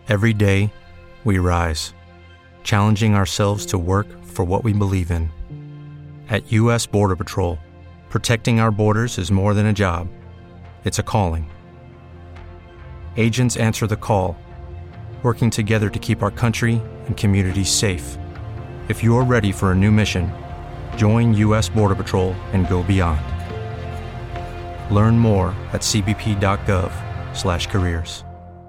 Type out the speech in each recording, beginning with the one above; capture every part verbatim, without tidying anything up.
Every day, we rise, challenging ourselves to work for what we believe in. At U S Border Patrol, protecting our borders is more than a job. It's a calling. Agents answer the call, working together to keep our country and communities safe. If you're ready for a new mission, join U S Border Patrol and go beyond. Learn more at c b p dot gov slash careers.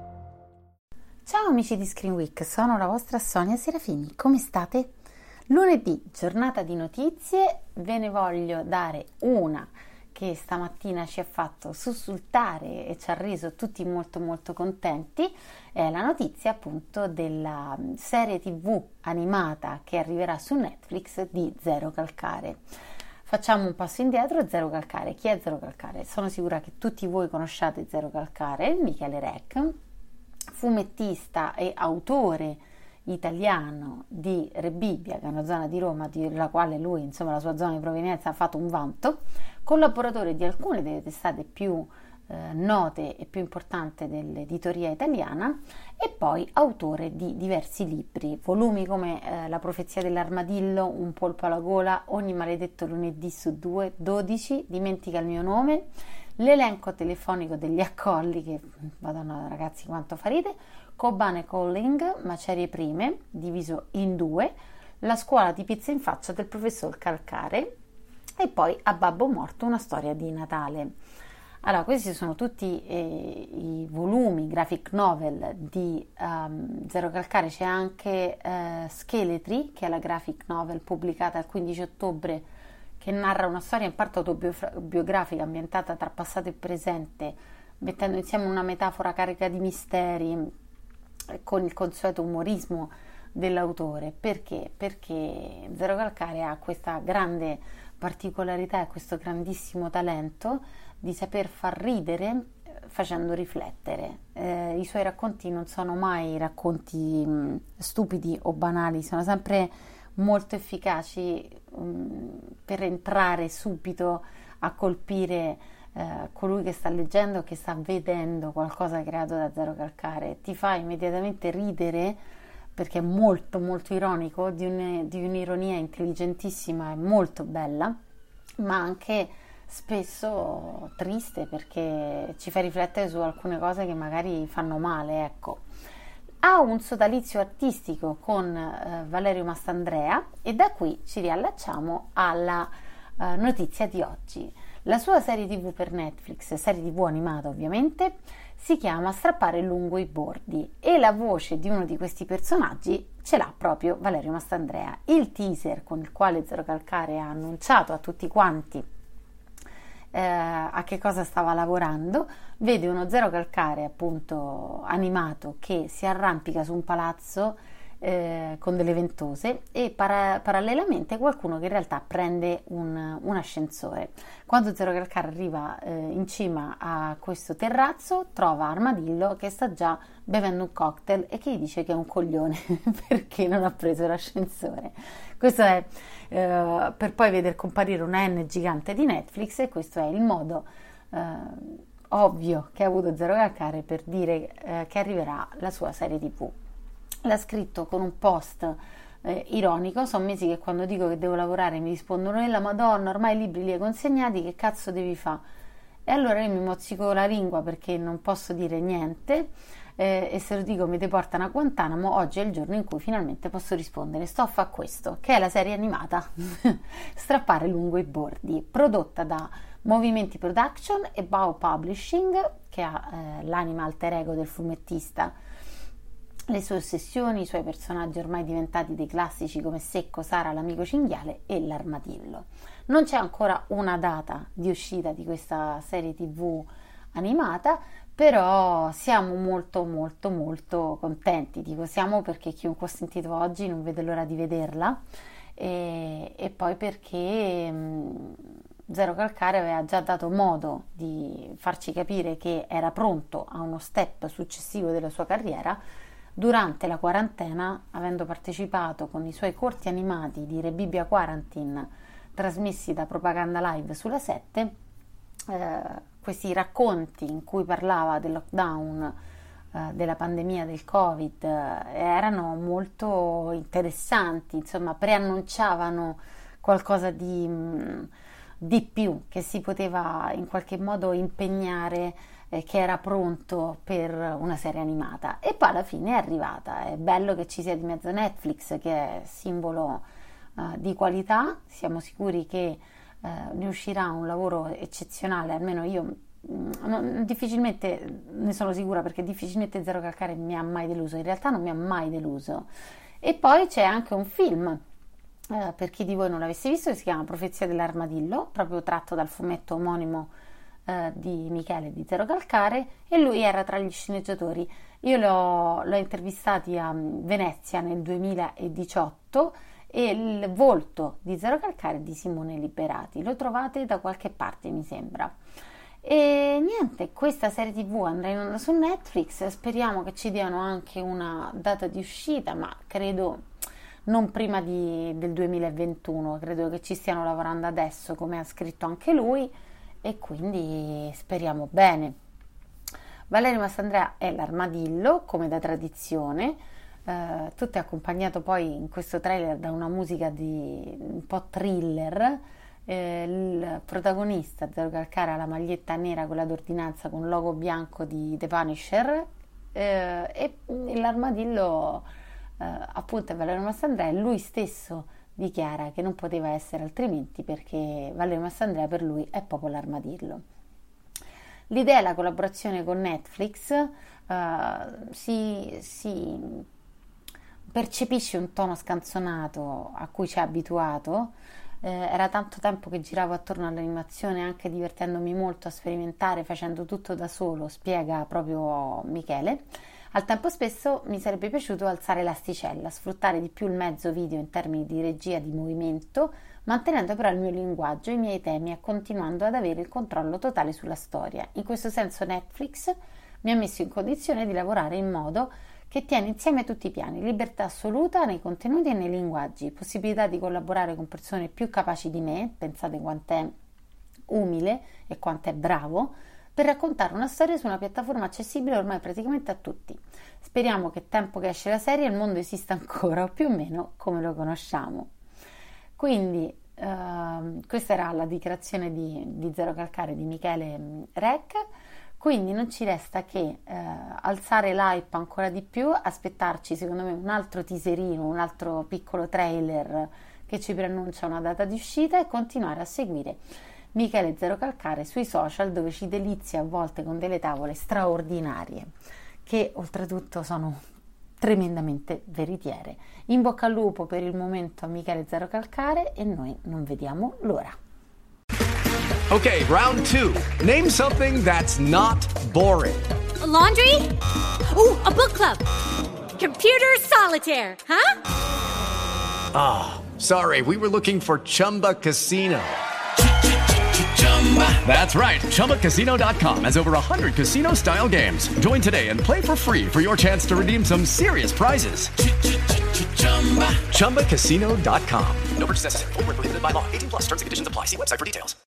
Ciao amici di Screen Week, sono la vostra Sonia Serafini, come state? Lunedì, giornata di notizie, ve ne voglio dare una che stamattina ci ha fatto sussultare e ci ha reso tutti molto molto contenti. È la notizia appunto della serie tv animata che arriverà su Netflix di Zero Calcare. Facciamo un passo indietro. Zero Calcare, chi è Zero Calcare? Sono sicura che tutti voi conosciate Zero Calcare, Michele Rec, fumettista e autore italiano di Re Bibbia, che è una zona di Roma della quale lui, insomma, la sua zona di provenienza ha fatto un vanto, collaboratore di alcune delle testate più eh, note e più importanti dell'editoria italiana, e poi autore di diversi libri, volumi come eh, La profezia dell'armadillo, Un polpo alla gola, Ogni maledetto lunedì su due, dodici, Dimentica il mio nome, L'elenco telefonico degli accolli, che madonna ragazzi quanto fa ride, Kobane Calling, Macerie prime, diviso in due, La scuola di pizza in faccia del professor Calcare, e poi A babbo morto, una storia di Natale. Allora, questi sono tutti eh, i volumi graphic novel di um, Zero Calcare. C'è anche eh, Scheletri, che è la graphic novel pubblicata il quindici ottobre, che narra una storia in parte autobiografica ambientata tra passato e presente, mettendo insieme una metafora carica di misteri con il consueto umorismo dell'autore. Perché? Perché Zero Calcare ha questa grande particolarità e questo grandissimo talento di saper far ridere facendo riflettere. Eh, i suoi racconti non sono mai racconti mh, stupidi o banali, sono sempre molto efficaci um, per entrare subito a colpire eh, colui che sta leggendo, che sta vedendo qualcosa creato da Zero Calcare. Ti fa immediatamente ridere perché è molto molto ironico, di, un, di un'ironia intelligentissima e molto bella, ma anche spesso triste, perché ci fa riflettere su alcune cose che magari fanno male, ecco. Ha un sodalizio artistico con eh, Valerio Mastandrea, e da qui ci riallacciamo alla eh, notizia di oggi. La sua serie tv per Netflix, serie tv animata ovviamente, si chiama Strappare lungo i bordi, e la voce di uno di questi personaggi ce l'ha proprio Valerio Mastandrea. Il teaser con il quale Zero Calcare ha annunciato a tutti quanti Eh, a che cosa stava lavorando, vede uno Zero Calcare appunto animato che si arrampica su un palazzo eh, con delle ventose, e para- parallelamente qualcuno che in realtà prende un, un ascensore. Quando Zero Calcare arriva eh, in cima a questo terrazzo, trova Armadillo che sta già bevendo un cocktail e che gli dice che è un coglione perché non ha preso l'ascensore. Questo è eh, per poi veder comparire una N gigante di Netflix, e questo è il modo eh, ovvio che ha avuto Zero Calcare per dire eh, che arriverà la sua serie tv. L'ha scritto con un post eh, ironico: sono mesi che quando dico che devo lavorare mi rispondono e la Madonna, ormai i libri li hai consegnati, che cazzo devi fare? E allora io mi mozzico la lingua perché non posso dire niente, eh, e se lo dico mi deportano a Guantanamo. Oggi è il giorno in cui finalmente posso rispondere. Sto a fare questo, che è la serie animata Strappare lungo i bordi, prodotta da Movimenti Production e Bao Publishing, che ha eh, l'anima alter ego del fumettista, le sue ossessioni, i suoi personaggi ormai diventati dei classici come Secco, Sara, l'amico cinghiale e l'Armadillo. Non c'è ancora una data di uscita di questa serie tv animata, però siamo molto molto molto contenti. Dico siamo perché chiunque ho sentito oggi non vede l'ora di vederla, e, e poi perché mh, Zero Calcare aveva già dato modo di farci capire che era pronto a uno step successivo della sua carriera durante la quarantena, avendo partecipato con i suoi corti animati di Re Bibbia Quarantine trasmessi da Propaganda Live sulla sette, eh, questi racconti in cui parlava del lockdown eh, della pandemia del Covid eh, erano molto interessanti, insomma preannunciavano qualcosa di, mh, di più che si poteva in qualche modo impegnare, eh, che era pronto per una serie animata, e poi alla fine è arrivata. È bello che ci sia di mezzo Netflix, che è simbolo eh, di qualità. Siamo sicuri che eh, ne uscirà un lavoro eccezionale, almeno io mh, non, difficilmente ne sono sicura, perché difficilmente Zero Calcare mi ha mai deluso, in realtà non mi ha mai deluso. E poi c'è anche un film, Eh, per chi di voi non l'avesse visto, che si chiama Profezia dell'Armadillo, proprio tratto dal fumetto omonimo eh, di Michele di Zero Calcare, e lui era tra gli sceneggiatori. Io l'ho, l'ho intervistati a Venezia nel duemiladiciotto, e il volto di Zero Calcare è di Simone Liberati, lo trovate da qualche parte mi sembra. E niente, questa serie tv andrà in onda su Netflix, speriamo che ci diano anche una data di uscita, ma credo non prima di, del duemilaventuno, credo che ci stiano lavorando adesso, come ha scritto anche lui, e quindi speriamo bene. Valerio Mastrandrea è l'armadillo, come da tradizione, eh, tutto è accompagnato poi in questo trailer da una musica di un po' thriller. Eh, il protagonista Zero Calcare ha la maglietta nera con la d'ordinanza con il logo bianco di The Punisher, eh, e l'armadillo Uh, appunto è Valerio Mastrandrea, e lui stesso dichiara che non poteva essere altrimenti, perché Valerio Mastrandrea per lui è proprio l'armadillo. L'idea è la collaborazione con Netflix, uh, si, si percepisce un tono scanzonato a cui ci ha abituato. Eh, era tanto tempo che giravo attorno all'animazione, anche divertendomi molto a sperimentare, facendo tutto da solo, spiega proprio Michele. Al tempo stesso mi sarebbe piaciuto alzare l'asticella, sfruttare di più il mezzo video in termini di regia, di movimento, mantenendo però il mio linguaggio, i miei temi, e continuando ad avere il controllo totale sulla storia. In questo senso Netflix mi ha messo in condizione di lavorare in modo che tiene insieme tutti i piani: libertà assoluta nei contenuti e nei linguaggi, possibilità di collaborare con persone più capaci di me, pensate quant'è umile e quant'è bravo, per raccontare una storia su una piattaforma accessibile ormai praticamente a tutti. Speriamo che tempo che esce la serie il mondo esista ancora, o più o meno come lo conosciamo. Quindi uh, questa era la dichiarazione di, di Zero Calcare di Michele Rec. Quindi non ci resta che uh, alzare l'hype ancora di più, aspettarci secondo me un altro teaserino, un altro piccolo trailer che ci preannuncia una data di uscita, e continuare a seguire Michele Zero Calcare sui social, dove ci delizia a volte con delle tavole straordinarie, che oltretutto sono tremendamente veritiere. In bocca al lupo per il momento a Michele Zero Calcare, e noi non vediamo l'ora. Okay, round two. Name something that's not boring. A laundry? Ooh, a book club. Computer solitaire, huh? Ah, oh, sorry, we were looking for Chumba Casino. That's right. Chumba Casino dot com has over one hundred casino-style games. Join today and play for free for your chance to redeem some serious prizes. Chumba Casino dot com. No purchase necessary. Void where prohibited by law. eighteen plus terms and conditions apply. See website for details.